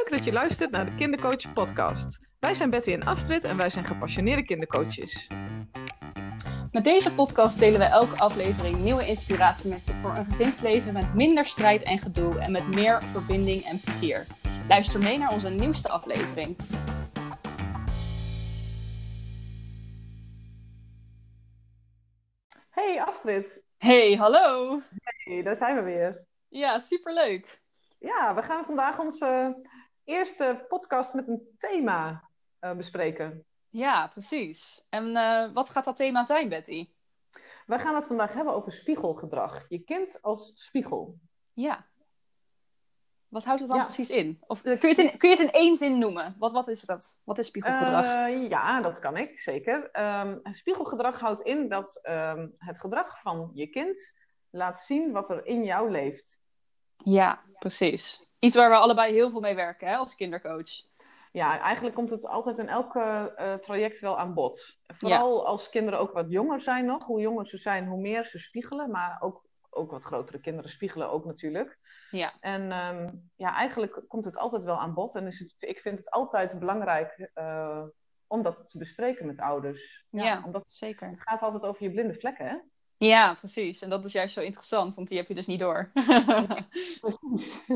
Leuk dat je luistert naar de Kindercoach podcast. Wij zijn Betty en Astrid en wij zijn gepassioneerde kindercoaches. Met deze podcast delen wij elke aflevering nieuwe inspiratie met je voor een gezinsleven met minder strijd en gedoe en met meer verbinding en plezier. Luister mee naar onze nieuwste aflevering. Hey Astrid. Hey, hallo! Hey, daar zijn we weer. Ja, superleuk! Ja, we gaan vandaag onze eerste podcast met een thema bespreken. Ja, precies. En wat gaat dat thema zijn, Betty? We gaan het vandaag hebben over spiegelgedrag. Je kind als spiegel. Ja. Wat houdt het dan precies in? Of kun je het in één zin noemen? Wat is dat? Wat is spiegelgedrag? Ja, dat kan ik, zeker. Spiegelgedrag houdt in dat het gedrag van je kind laat zien wat er in jou leeft. Ja, precies. Iets waar we allebei heel veel mee werken, hè, als kindercoach. Ja, eigenlijk komt het altijd in elk traject wel aan bod. Vooral als kinderen ook wat jonger zijn nog. Hoe jonger ze zijn, hoe meer ze spiegelen. Maar ook wat grotere kinderen spiegelen ook natuurlijk. Ja. En eigenlijk komt het altijd wel aan bod. En ik vind het altijd belangrijk om dat te bespreken met ouders. Ja, omdat zeker. Het gaat altijd over je blinde vlekken, hè? Ja, precies. En dat is juist zo interessant, want die heb je dus niet door. Precies.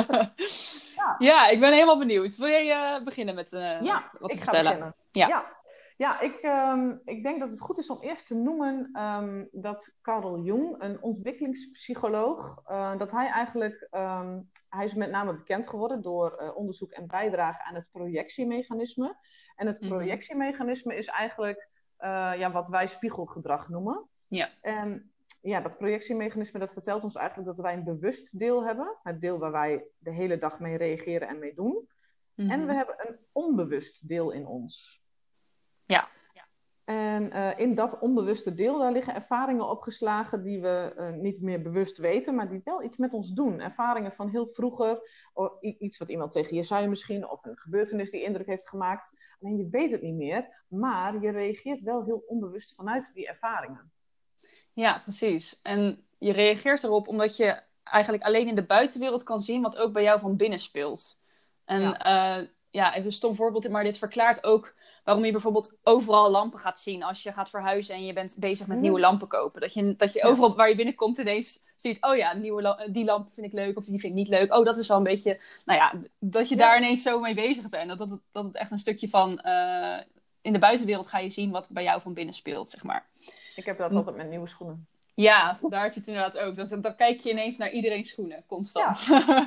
Ja, ik ben helemaal benieuwd. Wil jij beginnen met wat te vertellen? Beginnen. Ja, ik denk dat het goed is om eerst te noemen dat Carl Jung, een ontwikkelingspsycholoog, dat hij eigenlijk, hij is met name bekend geworden door onderzoek en bijdrage aan het projectiemechanisme. En het projectiemechanisme is eigenlijk wat wij spiegelgedrag noemen. Ja. En ja, dat projectiemechanisme dat vertelt ons eigenlijk dat wij een bewust deel hebben. Het deel waar wij de hele dag mee reageren en mee doen. Mm-hmm. En we hebben een onbewust deel in ons. Ja. En in dat onbewuste deel, daar liggen ervaringen opgeslagen die we niet meer bewust weten, maar die wel iets met ons doen. Ervaringen van heel vroeger, of iets wat iemand tegen je zei misschien, of een gebeurtenis die indruk heeft gemaakt. Alleen je weet het niet meer, maar je reageert wel heel onbewust vanuit die ervaringen. Ja, precies. En je reageert erop omdat je eigenlijk alleen in de buitenwereld kan zien wat ook bij jou van binnen speelt. En even een stom voorbeeld, maar dit verklaart ook waarom je bijvoorbeeld overal lampen gaat zien als je gaat verhuizen en je bent bezig met nieuwe lampen kopen. Dat je overal waar je binnenkomt ineens ziet, oh ja, die lamp vind ik leuk of die vind ik niet leuk. Oh, dat is wel een beetje, dat je daar ineens zo mee bezig bent. Dat het echt een stukje van, in de buitenwereld ga je zien wat bij jou van binnen speelt, zeg maar. Ik heb dat altijd met nieuwe schoenen. Ja, daar heb je het inderdaad ook. Dan kijk je ineens naar iedereen's schoenen, constant.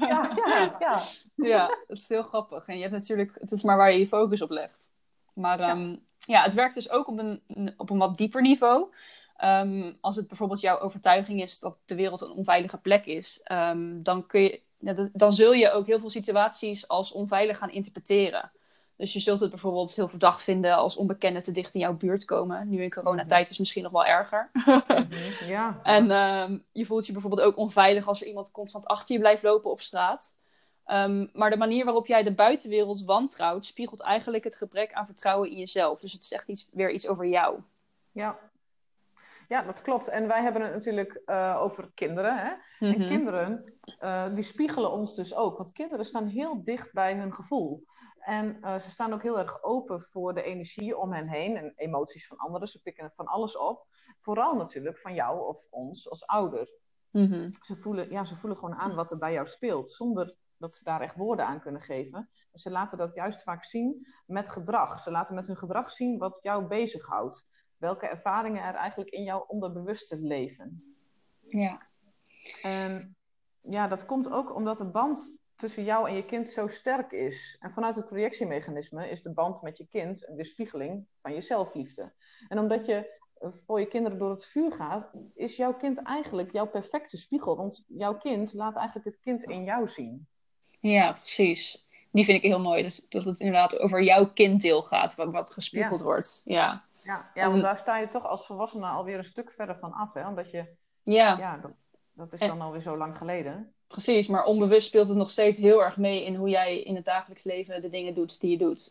Ja, dat is heel grappig. En je hebt natuurlijk, het is maar waar je je focus op legt. Maar het werkt dus ook op een wat dieper niveau. Als het bijvoorbeeld jouw overtuiging is dat de wereld een onveilige plek is, dan zul je ook heel veel situaties als onveilig gaan interpreteren. Dus je zult het bijvoorbeeld heel verdacht vinden als onbekenden te dicht in jouw buurt komen. Nu in coronatijd is het misschien nog wel erger. Ja. En je voelt je bijvoorbeeld ook onveilig als er iemand constant achter je blijft lopen op straat. Maar de manier waarop jij de buitenwereld wantrouwt, spiegelt eigenlijk het gebrek aan vertrouwen in jezelf. Dus het is echt weer iets over jou. Ja, dat klopt. En wij hebben het natuurlijk over kinderen. Hè? Mm-hmm. En kinderen, die spiegelen ons dus ook. Want kinderen staan heel dicht bij hun gevoel. En ze staan ook heel erg open voor de energie om hen heen en emoties van anderen. Ze pikken van alles op. Vooral natuurlijk van jou of ons als ouder. Mm-hmm. Ze voelen gewoon aan wat er bij jou speelt, zonder dat ze daar echt woorden aan kunnen geven. En ze laten dat juist vaak zien met gedrag. Ze laten met hun gedrag zien wat jou bezighoudt. Welke ervaringen er eigenlijk in jouw onderbewuste leven. Ja. En dat komt ook omdat de band tussen jou en je kind zo sterk is. En vanuit het projectiemechanisme is de band met je kind een weerspiegeling van je zelfliefde. En omdat je voor je kinderen door het vuur gaat, is jouw kind eigenlijk jouw perfecte spiegel. Want jouw kind laat eigenlijk het kind in jou zien. Ja, precies. Die vind ik heel mooi. Dat het inderdaad over jouw kinddeel gaat, wat gespiegeld wordt. Ja, want daar sta je toch als volwassene alweer een stuk verder van af. Hè? Omdat je... dat is dan alweer zo lang geleden. Precies, maar onbewust speelt het nog steeds heel erg mee in hoe jij in het dagelijks leven de dingen doet die je doet.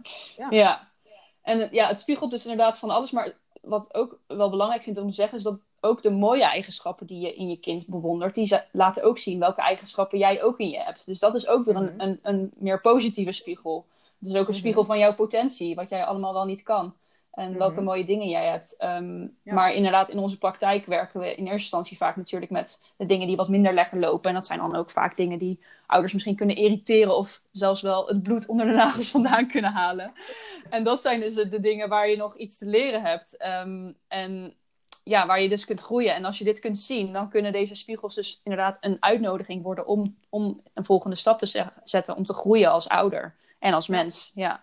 Ja. En het spiegelt dus inderdaad van alles. Maar wat ook wel belangrijk vind om te zeggen is dat ook de mooie eigenschappen die je in je kind bewondert, die laten ook zien welke eigenschappen jij ook in je hebt. Dus dat is ook weer een meer positieve spiegel. Het is ook een spiegel van jouw potentie, wat jij allemaal wel niet kan. En welke mooie dingen jij hebt. Maar inderdaad, in onze praktijk werken we in eerste instantie vaak natuurlijk met de dingen die wat minder lekker lopen. En dat zijn dan ook vaak dingen die ouders misschien kunnen irriteren of zelfs wel het bloed onder de nagels vandaan kunnen halen. En dat zijn dus de dingen waar je nog iets te leren hebt. En ja, waar je dus kunt groeien. En als je dit kunt zien, dan kunnen deze spiegels dus inderdaad een uitnodiging worden om een volgende stap te zetten. Om te groeien als ouder en als mens. Ja.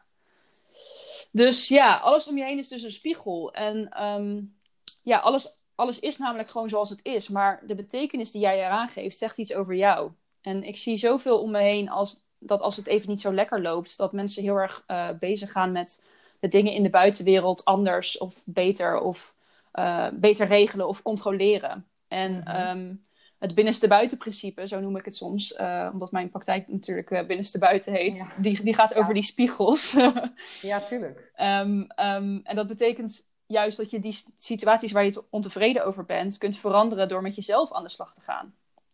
Dus ja, alles om je heen is dus een spiegel. En ja, alles is namelijk gewoon zoals het is. Maar de betekenis die jij eraan geeft, zegt iets over jou. En ik zie zoveel om me heen als het even niet zo lekker loopt, dat mensen heel erg bezig gaan met de dingen in de buitenwereld anders of beter regelen of controleren. En het binnenste buiten principe, zo noem ik het soms, omdat mijn praktijk natuurlijk binnenste buiten heet, die gaat over die spiegels. Ja, tuurlijk. En dat betekent juist dat je die situaties waar je ontevreden over bent, kunt veranderen door met jezelf aan de slag te gaan.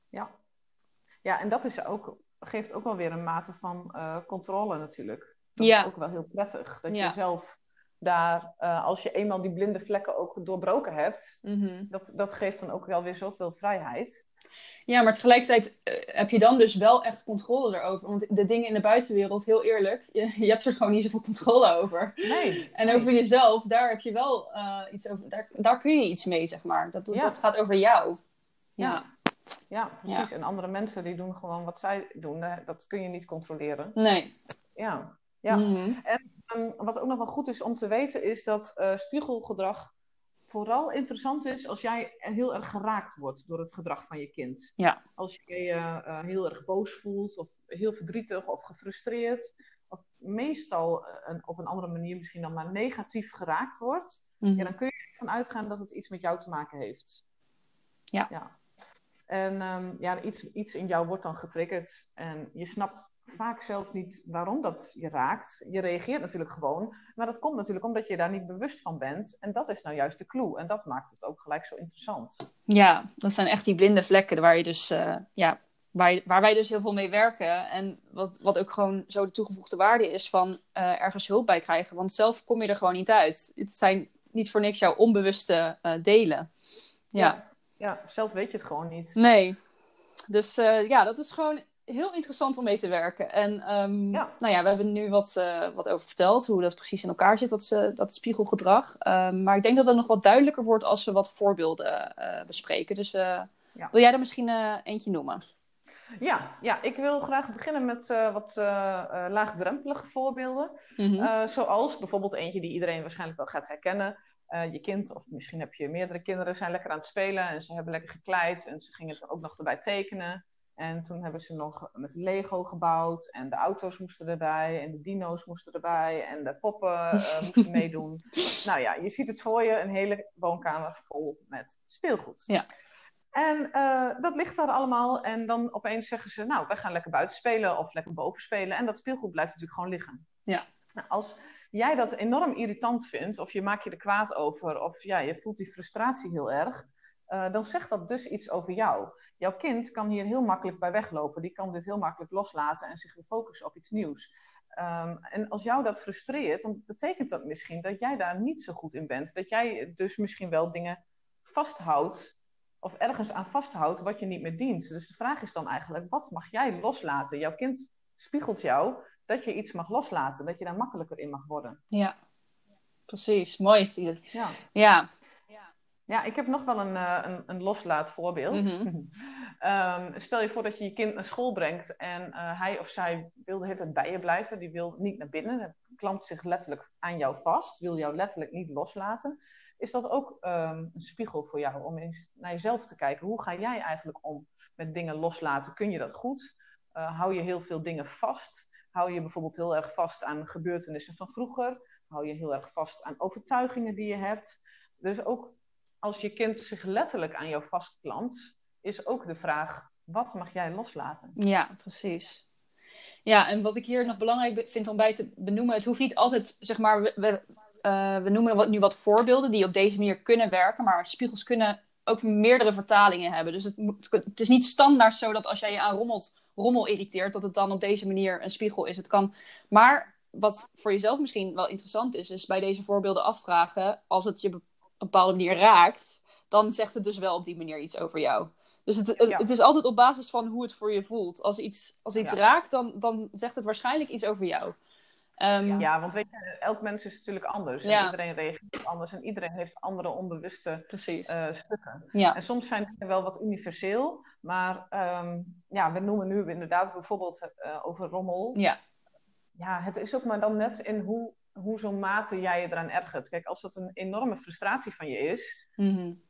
Ja, en dat is geeft ook wel weer een mate van controle natuurlijk. Dat is ook wel heel prettig. Dat je zelf daar, als je eenmaal die blinde vlekken ook doorbroken hebt, dat geeft dan ook wel weer zoveel vrijheid. Ja, maar tegelijkertijd heb je dan dus wel echt controle erover. Want de dingen in de buitenwereld, heel eerlijk, je hebt er gewoon niet zoveel controle over. Nee. Over jezelf, daar heb je wel iets over. Daar kun je iets mee, zeg maar. Dat gaat over jou. Ja, precies. Ja. En andere mensen die doen gewoon wat zij doen. Dat kun je niet controleren. Nee. Ja. En wat ook nog wel goed is om te weten is dat spiegelgedrag vooral interessant is als jij heel erg geraakt wordt door het gedrag van je kind. Ja. Als je je heel erg boos voelt of heel verdrietig of gefrustreerd. Of meestal op een andere manier misschien dan maar negatief geraakt wordt. Ja, dan kun je ervan uitgaan dat het iets met jou te maken heeft. Ja. En iets in jou wordt dan getriggerd. En je snapt vaak zelf niet waarom dat je raakt. Je reageert natuurlijk gewoon. Maar dat komt natuurlijk omdat je daar niet bewust van bent. En dat is nou juist de clue. En dat maakt het ook gelijk zo interessant. Ja, dat zijn echt die blinde vlekken waar je dus, waar wij dus heel veel mee werken. En wat ook gewoon zo de toegevoegde waarde is van ergens hulp bij krijgen. Want zelf kom je er gewoon niet uit. Het zijn niet voor niks jouw onbewuste delen. Ja, zelf weet je het gewoon niet. Nee. Dus dat is gewoon heel interessant om mee te werken. En we hebben nu wat over verteld, hoe dat precies in elkaar zit, dat spiegelgedrag. Maar ik denk dat het nog wat duidelijker wordt als we wat voorbeelden bespreken. Dus wil jij er misschien eentje noemen? Ja, ik wil graag beginnen met wat laagdrempelige voorbeelden. Zoals bijvoorbeeld eentje die iedereen waarschijnlijk wel gaat herkennen. Je kind, of misschien heb je meerdere kinderen, zijn lekker aan het spelen en ze hebben lekker gekleid en ze gingen er ook nog erbij tekenen. En toen hebben ze nog met Lego gebouwd en de auto's moesten erbij en de dino's moesten erbij en de poppen moesten meedoen. Nou ja, je ziet het voor je, een hele woonkamer vol met speelgoed. Ja. En dat ligt daar allemaal en dan opeens zeggen ze, nou, wij gaan lekker buiten spelen of lekker boven spelen en dat speelgoed blijft natuurlijk gewoon liggen. Ja. Nou, als jij dat enorm irritant vindt, of je maakt je er kwaad over, of je voelt die frustratie heel erg, dan zegt dat dus iets over jou. Jouw kind kan hier heel makkelijk bij weglopen. Die kan dit heel makkelijk loslaten en zich weer focussen op iets nieuws. En als jou dat frustreert, dan betekent dat misschien dat jij daar niet zo goed in bent. Dat jij dus misschien wel dingen vasthoudt, of ergens aan vasthoudt wat je niet meer dient. Dus de vraag is dan eigenlijk, wat mag jij loslaten? Jouw kind spiegelt jou dat je iets mag loslaten, dat je daar makkelijker in mag worden. Ja, precies. Mooi is die. Ja, ik heb nog wel een loslaatvoorbeeld. Stel je voor dat je je kind naar school brengt en hij of zij wil de hele tijd bij je blijven. Die wil niet naar binnen, hij klampt zich letterlijk aan jou vast, wil jou letterlijk niet loslaten. Is dat ook een spiegel voor jou om eens naar jezelf te kijken? Hoe ga jij eigenlijk om met dingen loslaten? Kun je dat goed? Hou je heel veel dingen vast? Hou je bijvoorbeeld heel erg vast aan gebeurtenissen van vroeger? Hou je heel erg vast aan overtuigingen die je hebt? Dus ook als je kind zich letterlijk aan jou vastklampt, is ook de vraag, wat mag jij loslaten? Ja, precies. Ja, en wat ik hier nog belangrijk vind om bij te benoemen, het hoeft niet altijd, zeg maar, we noemen nu wat voorbeelden die op deze manier kunnen werken, maar spiegels kunnen ook meerdere vertalingen hebben. Dus het is niet standaard zo dat als jij je aan rommel irriteert, dat het dan op deze manier een spiegel is. Het kan, maar wat voor jezelf misschien wel interessant is bij deze voorbeelden afvragen, als het je op een bepaalde manier raakt, dan zegt het dus wel op die manier iets over jou. Dus het is altijd op basis van hoe het voor je voelt. Als iets raakt, dan zegt het waarschijnlijk iets over jou. Ja, want weet je, elk mens is natuurlijk anders. En iedereen reageert anders. En iedereen heeft andere onbewuste stukken. Ja. En soms zijn die wel wat universeel. Maar we noemen nu inderdaad bijvoorbeeld over rommel. Ja. Ja, het is ook maar dan net in hoe zo'n mate jij je eraan ergert. Kijk, als dat een enorme frustratie van je is... Mm-hmm.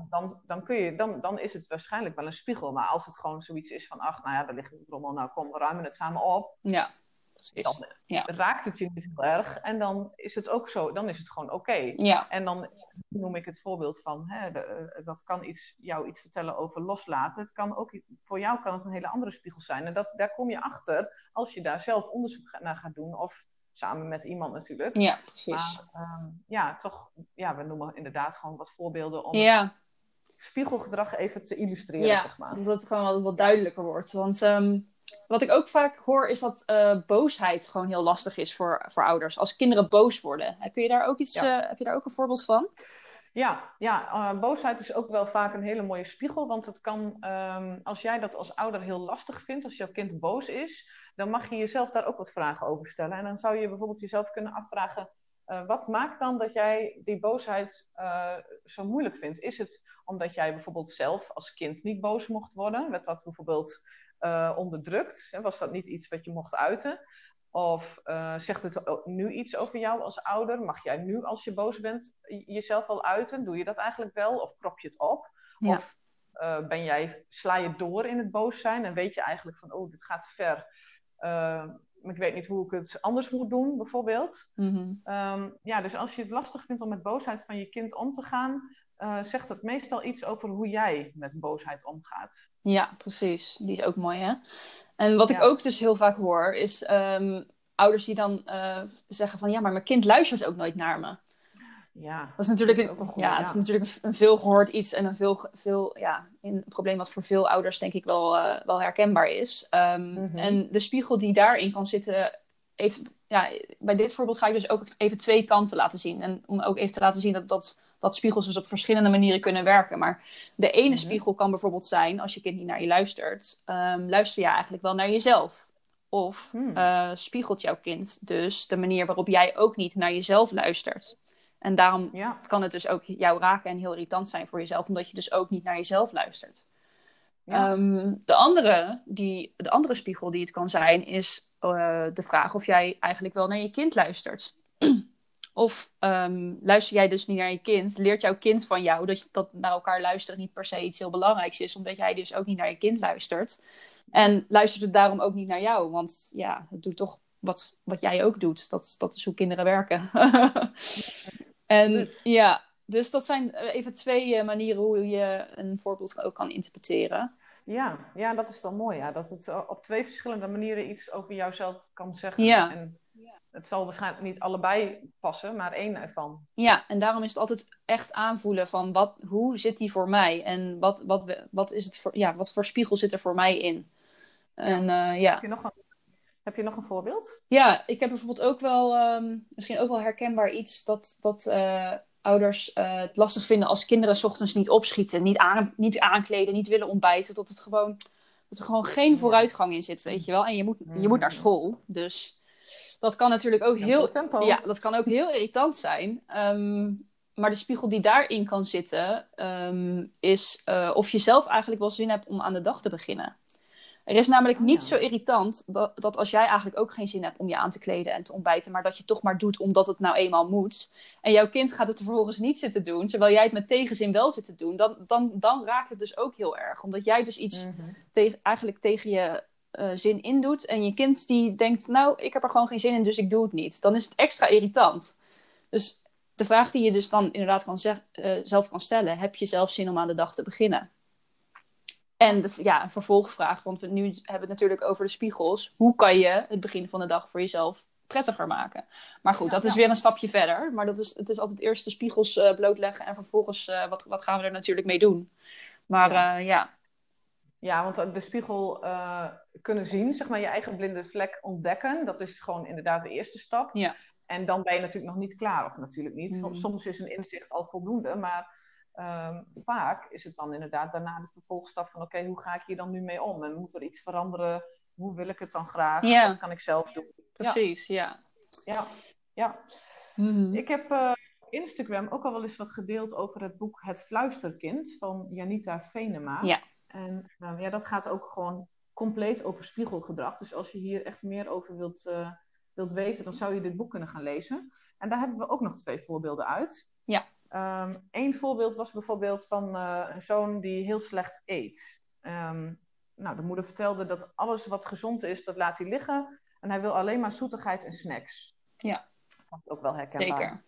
Dan is het waarschijnlijk wel een spiegel. Maar als het gewoon zoiets is van... ach, nou ja, daar ligt het rommel. Nou, kom, we ruimen het samen op. Ja. Dan raakt het je niet heel erg. En dan is het ook zo, dan is het gewoon oké. Ja. En dan noem ik het voorbeeld van, dat kan jou iets vertellen over loslaten. Het kan ook, voor jou kan het een hele andere spiegel zijn. En daar kom je achter als je daar zelf onderzoek naar gaat doen. Of samen met iemand natuurlijk. Ja, precies. Maar we noemen inderdaad gewoon wat voorbeelden om het spiegelgedrag even te illustreren, zeg maar. Dat het gewoon wat duidelijker wordt. Want... wat ik ook vaak hoor is dat boosheid gewoon heel lastig is voor ouders. Als kinderen boos worden. Heb je daar ook een voorbeeld van? Ja, boosheid is ook wel vaak een hele mooie spiegel. Want het kan, als jij dat als ouder heel lastig vindt, als jouw kind boos is, dan mag je jezelf daar ook wat vragen over stellen. En dan zou je bijvoorbeeld jezelf kunnen afvragen, wat maakt dan dat jij die boosheid zo moeilijk vindt? Is het omdat jij bijvoorbeeld zelf als kind niet boos mocht worden? Werd dat bijvoorbeeld... onderdrukt? Was dat niet iets wat je mocht uiten? Of zegt het nu iets over jou als ouder? Mag jij nu, als je boos bent, jezelf wel uiten? Doe je dat eigenlijk wel? Of krop je het op? Ja. Of sla je door in het boos zijn en weet je eigenlijk van, dit gaat te ver. Ik weet niet hoe ik het anders moet doen, bijvoorbeeld. Mm-hmm. Dus als je het lastig vindt om met boosheid van je kind om te gaan, zegt het meestal iets over hoe jij met boosheid omgaat. Ja, precies. Die is ook mooi, hè? En wat ik ook dus heel vaak hoor, is ouders die dan zeggen van... ja, maar mijn kind luistert ook nooit naar me. Ja, dat is natuurlijk een veel gehoord iets en een probleem wat voor veel ouders denk ik wel herkenbaar is. En de spiegel die daarin kan zitten... bij dit voorbeeld ga ik dus ook even twee kanten laten zien. En om ook even te laten zien dat spiegels dus op verschillende manieren kunnen werken. Maar de ene spiegel kan bijvoorbeeld zijn, als je kind niet naar je luistert, luister je eigenlijk wel naar jezelf. Of spiegelt jouw kind dus de manier waarop jij ook niet naar jezelf luistert. En daarom kan het dus ook jou raken en heel irritant zijn voor jezelf, omdat je dus ook niet naar jezelf luistert. Ja. De andere spiegel die het kan zijn, is de vraag of jij eigenlijk wel naar je kind luistert. Of luister jij dus niet naar je kind, leert jouw kind van jou dat naar elkaar luisteren niet per se iets heel belangrijks is, omdat jij dus ook niet naar je kind luistert. En luistert het daarom ook niet naar jou, want ja, het doet toch wat jij ook doet. Dat is hoe kinderen werken. En dus dat zijn even twee manieren hoe je een voorbeeld ook kan interpreteren. Ja, dat is wel mooi. Ja. Dat het op twee verschillende manieren iets over jouzelf kan zeggen. Ja. En het zal waarschijnlijk niet allebei passen, maar één ervan. Ja, en daarom is het altijd echt aanvoelen van hoe zit die voor mij? En wat is het wat voor spiegel zit er voor mij in? En, Heb je nog een voorbeeld? Ja, ik heb bijvoorbeeld ook wel, misschien ook wel herkenbaar iets dat ouders het lastig vinden als kinderen 's ochtends niet opschieten, niet aankleden, niet willen ontbijten, dat er gewoon geen vooruitgang in zit, weet je wel. En je moet naar school, dus dat kan natuurlijk ook dat kan ook heel irritant zijn. Maar de spiegel die daarin kan zitten, is of je zelf eigenlijk wel zin hebt om aan de dag te beginnen. Er is namelijk niet zo irritant dat als jij eigenlijk ook geen zin hebt om je aan te kleden en te ontbijten, maar dat je toch maar doet omdat het nou eenmaal moet. En jouw kind gaat het vervolgens niet zitten doen, terwijl jij het met tegenzin wel zit te doen. Dan raakt het dus ook heel erg. Omdat jij dus iets eigenlijk tegen je zin in doet. En je kind die denkt, nou, ik heb er gewoon geen zin in, dus ik doe het niet. Dan is het extra irritant. Dus de vraag die je dus dan inderdaad zelf kan stellen, heb je zelf zin om aan de dag te beginnen? En een vervolgvraag, want we nu hebben het natuurlijk over de spiegels. Hoe kan je het begin van de dag voor jezelf prettiger maken. Maar goed, dat is weer een stapje verder. Maar het is altijd eerst de spiegels blootleggen en vervolgens wat gaan we er natuurlijk mee doen. Maar ja. Ja, want de spiegel kunnen zien, zeg maar, je eigen blinde vlek ontdekken. Dat is gewoon inderdaad de eerste stap. Ja. En dan ben je natuurlijk nog niet klaar, of natuurlijk niet. Soms is een inzicht al voldoende, maar vaak is het dan inderdaad daarna de vervolgstap van oké, hoe ga ik hier dan nu mee om? En moet er iets veranderen? Hoe wil ik het dan graag? Ja. Wat kan ik zelf doen? Precies, ja. Ik heb op Instagram ook al wel eens wat gedeeld over het boek Het Fluisterkind van Janita Venema. Ja. En dat gaat ook gewoon compleet over spiegelgedrag. Dus als je hier echt meer over wilt weten, dan zou je dit boek kunnen gaan lezen. En daar hebben we ook nog 2 voorbeelden uit. Ja. Eén voorbeeld was bijvoorbeeld van een zoon die heel slecht eet. De moeder vertelde dat alles wat gezond is, dat laat hij liggen. En hij wil alleen maar zoetigheid en snacks. Ja. Dat is ook wel herkenbaar. Zeker.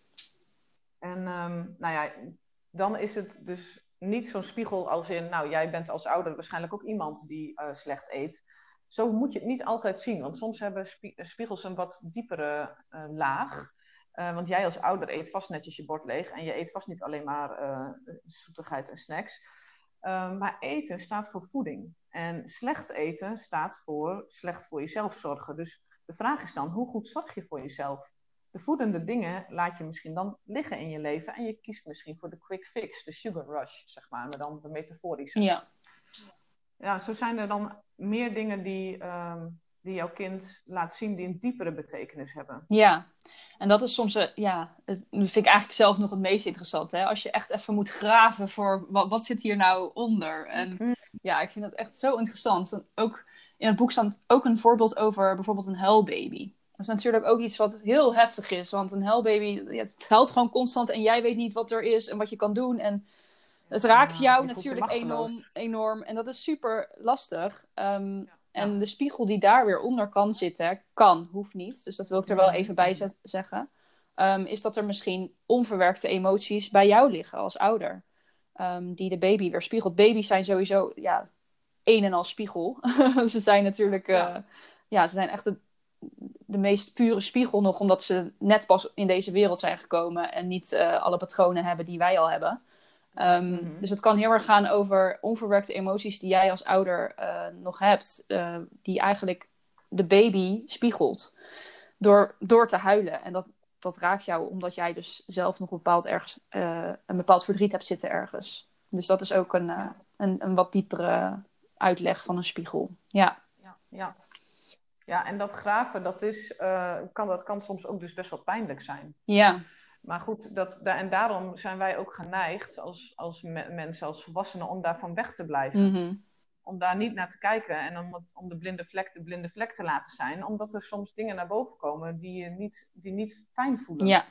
En dan is het dus niet zo'n spiegel als in, jij bent als ouder waarschijnlijk ook iemand die slecht eet. Zo moet je het niet altijd zien, want soms hebben spiegels een wat diepere laag. Want jij als ouder eet vast netjes je bord leeg en je eet vast niet alleen maar zoetigheid en snacks. Maar eten staat voor voeding. En slecht eten staat voor slecht voor jezelf zorgen. Dus de vraag is dan, hoe goed zorg je voor jezelf? De voedende dingen laat je misschien dan liggen in je leven en je kiest misschien voor de quick fix, de sugar rush, zeg maar dan de metaforische. Ja. Ja, zo zijn er dan meer dingen die jouw kind laat zien die een diepere betekenis hebben. Ja, en dat is soms, dat vind ik eigenlijk zelf nog het meest interessant. Hè? Als je echt even moet graven voor wat zit hier nou onder. En ja, ik vind dat echt zo interessant. En ook in het boek staat ook een voorbeeld over bijvoorbeeld een huilbaby. Dat is natuurlijk ook iets wat heel heftig is. Want een huilbaby, het huilt gewoon constant en jij weet niet wat er is en wat je kan doen. En het raakt jou natuurlijk enorm. En dat is super lastig. En de spiegel die daar weer onder kan zitten, hoeft niet. Dus dat wil ik er wel even bij zeggen. Is dat er misschien onverwerkte emoties bij jou liggen als ouder. Die de baby weer spiegelt. Baby's zijn sowieso een en al spiegel. Ze zijn natuurlijk... ze zijn echt de meest pure spiegel nog. Omdat ze net pas in deze wereld zijn gekomen. En niet alle patronen hebben die wij al hebben. Dus het kan heel erg gaan over onverwerkte emoties die jij als ouder nog hebt. Die eigenlijk de baby spiegelt. Door te huilen. En dat raakt jou omdat jij dus zelf nog een bepaald verdriet hebt zitten ergens. Dus dat is ook een wat diepere uitleg van een spiegel. Ja. Ja, en dat graven, dat kan soms ook dus best wel pijnlijk zijn. Ja. Maar goed, en daarom zijn wij ook geneigd als mensen, als volwassenen, om daarvan weg te blijven. Mm-hmm. Om daar niet naar te kijken en om de blinde vlek te laten zijn. Omdat er soms dingen naar boven komen die niet fijn voelen. Ja.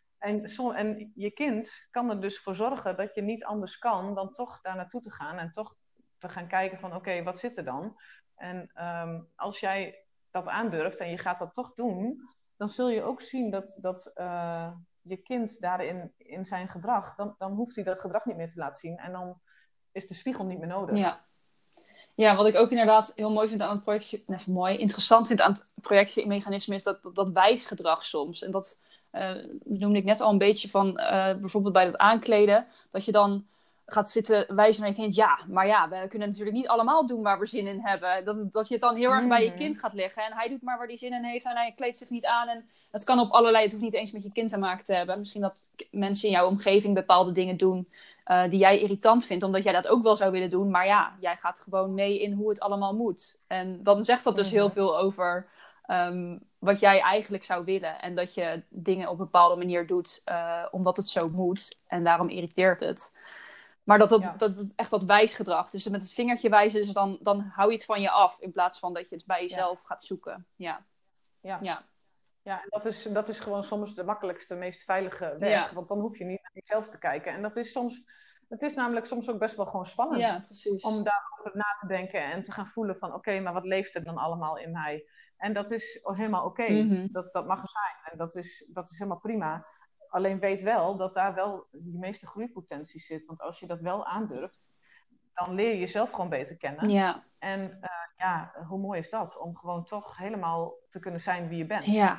En je kind kan er dus voor zorgen dat je niet anders kan dan toch daar naartoe te gaan. En toch te gaan kijken van oké, wat zit er dan? En als jij dat aandurft en je gaat dat toch doen, dan zul je ook zien dat je kind daarin in zijn gedrag, dan hoeft hij dat gedrag niet meer te laten zien. En dan is de spiegel niet meer nodig. Ja, wat ik ook inderdaad heel mooi vind aan het interessant vind aan het projectiemechanisme is dat wijsgedrag soms. En dat noemde ik net al een beetje van bijvoorbeeld bij dat aankleden, dat je dan gaat zitten wijzen naar je kind. Ja, maar we kunnen natuurlijk niet allemaal doen waar we zin in hebben. Dat je het dan heel erg bij je kind gaat leggen. En hij doet maar waar hij zin in heeft. En hij kleedt zich niet aan. En het kan op allerlei... Het hoeft niet eens met je kind te maken te hebben. Misschien dat mensen in jouw omgeving bepaalde dingen doen die jij irritant vindt. Omdat jij dat ook wel zou willen doen. Maar jij gaat gewoon mee in hoe het allemaal moet. En dan zegt dat dus heel veel over wat jij eigenlijk zou willen. En dat je dingen op een bepaalde manier doet omdat het zo moet. En daarom irriteert het. Maar dat is echt dat wijsgedrag. Dus met het vingertje wijzen, dus dan hou je het van je af. In plaats van dat je het bij jezelf gaat zoeken. Ja, en dat is gewoon soms de makkelijkste, meest veilige weg. Ja. Want dan hoef je niet naar jezelf te kijken. En het is namelijk soms ook best wel gewoon spannend. Om daarover na te denken en te gaan voelen van oké, maar wat leeft er dan allemaal in mij? En dat is helemaal oké. Mm-hmm. Dat mag er zijn. En dat is helemaal prima. Alleen weet wel dat daar wel de meeste groeipotentie zit. Want als je dat wel aandurft, dan leer je jezelf gewoon beter kennen. Ja. En hoe mooi is dat? Om gewoon toch helemaal te kunnen zijn wie je bent. Ja,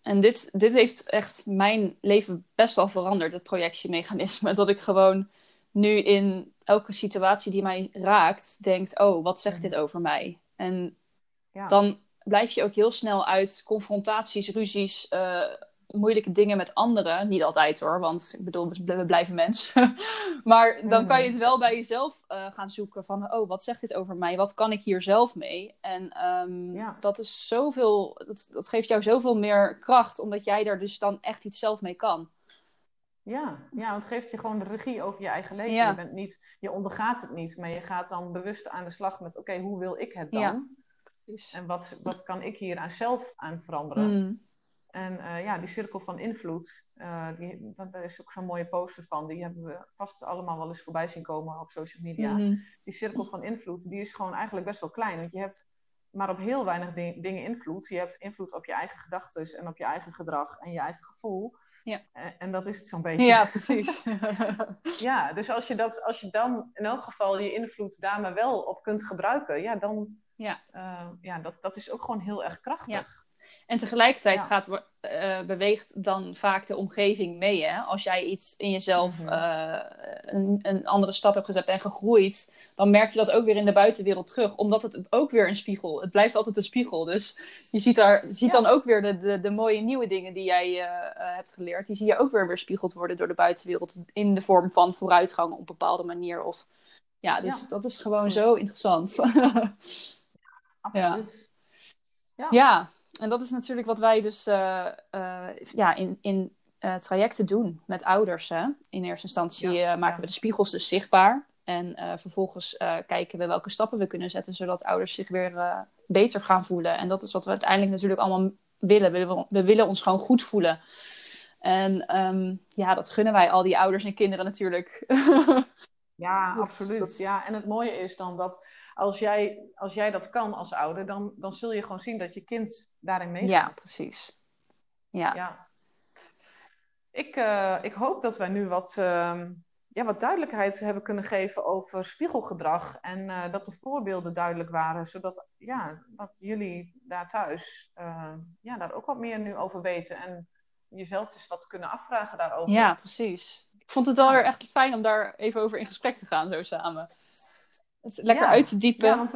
En dit heeft echt mijn leven best wel veranderd, het projectiemechanisme. Dat ik gewoon nu in elke situatie die mij raakt, denk, oh, wat zegt dit over mij? En dan blijf je ook heel snel uit confrontaties, ruzies, moeilijke dingen met anderen. Niet altijd hoor, want ik bedoel, we blijven mens. Maar dan kan je het wel bij jezelf gaan zoeken van, oh, wat zegt dit over mij? Wat kan ik hier zelf mee? En dat is zoveel, dat geeft jou zoveel meer kracht, omdat jij er dus dan echt iets zelf mee kan. Ja, want het geeft je gewoon de regie over je eigen leven. Ja. Je ondergaat het niet, maar je gaat dan bewust aan de slag met, oké, hoe wil ik het dan? Ja. En wat kan ik hier zelf aan veranderen? En die cirkel van invloed, daar is ook zo'n mooie poster van. Die hebben we vast allemaal wel eens voorbij zien komen op social media. Die cirkel van invloed, die is gewoon eigenlijk best wel klein. Want je hebt maar op heel weinig dingen invloed. Je hebt invloed op je eigen gedachten en op je eigen gedrag en je eigen gevoel. Ja. En dat is het zo'n beetje. Ja, precies. Ja, dus als je dan in elk geval je invloed daar maar wel op kunt gebruiken, ja, dan dat is ook gewoon heel erg krachtig. Ja. En tegelijkertijd beweegt dan vaak de omgeving mee. Hè? Als jij iets in jezelf een andere stap hebt gezet en gegroeid, dan merk je dat ook weer in de buitenwereld terug. Omdat het ook weer een spiegel. Het blijft altijd een spiegel. Dus je ziet dan ook weer de mooie nieuwe dingen die jij hebt geleerd. Die zie je ook weer weerspiegeld worden door de buitenwereld. In de vorm van vooruitgang op een bepaalde manier. Dat is gewoon zo interessant. Absoluut. Ja. En dat is natuurlijk wat wij dus in trajecten doen met ouders. Hè? In eerste instantie maken we de spiegels dus zichtbaar. En vervolgens kijken we welke stappen we kunnen zetten, zodat ouders zich weer beter gaan voelen. En dat is wat we uiteindelijk natuurlijk allemaal willen. We willen ons gewoon goed voelen. En dat gunnen wij al die ouders en kinderen natuurlijk. Ja, absoluut. Ja, en het mooie is dan dat als jij dat kan als ouder, dan zul je gewoon zien dat je kind daarin meegaat. Ja, precies. Ja. Ik hoop dat wij nu wat duidelijkheid hebben kunnen geven over spiegelgedrag. En dat de voorbeelden duidelijk waren, zodat dat jullie daar thuis daar ook wat meer nu over weten. En jezelf dus wat kunnen afvragen daarover. Ja, precies. Ik vond het wel echt fijn om daar even over in gesprek te gaan, zo samen. Het lekker uit te diepen.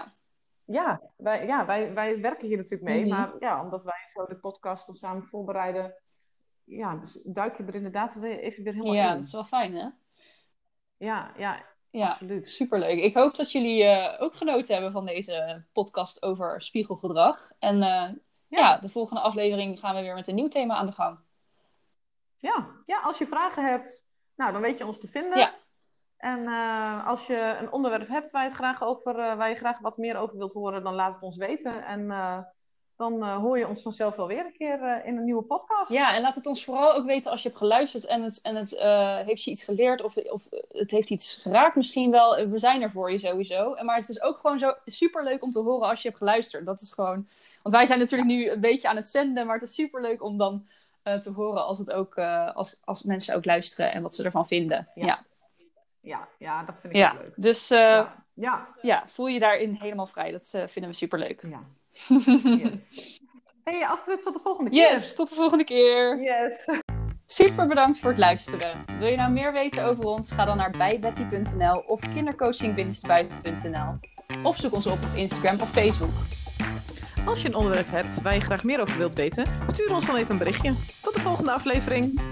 Wij werken hier natuurlijk mee. Maar omdat wij zo de podcast dan samen voorbereiden, dus duik je er inderdaad even weer helemaal in. Ja, dat is wel fijn, hè? Ja, absoluut. Superleuk. Ik hoop dat jullie ook genoten hebben van deze podcast over spiegelgedrag. En de volgende aflevering gaan we weer met een nieuw thema aan de gang. Ja, als je vragen hebt, dan weet je ons te vinden. Ja. En als je een onderwerp hebt waar je graag wat meer over wilt horen, dan laat het ons weten. En dan hoor je ons vanzelf wel weer een keer in een nieuwe podcast. Ja, en laat het ons vooral ook weten als je hebt geluisterd en het heeft je iets geleerd of het heeft iets geraakt misschien wel. We zijn er voor je sowieso. Maar het is ook gewoon zo superleuk om te horen als je hebt geluisterd. Dat is gewoon... Want wij zijn natuurlijk nu een beetje aan het zenden, maar het is superleuk om dan te horen als het ook als mensen ook luisteren en wat ze ervan vinden. Ja, dat vind ik ook leuk. Dus voel je daarin helemaal vrij. Dat vinden we superleuk. Ja. Yes. Hey Astrid, tot de volgende keer. Yes, tot de volgende keer. Yes. Super bedankt voor het luisteren. Wil je nou meer weten over ons? Ga dan naar bijbetty.nl of kindercoaching-buiten.nl. Of zoek ons op Instagram of Facebook. Als je een onderwerp hebt waar je graag meer over wilt weten, stuur ons dan even een berichtje. Tot de volgende aflevering.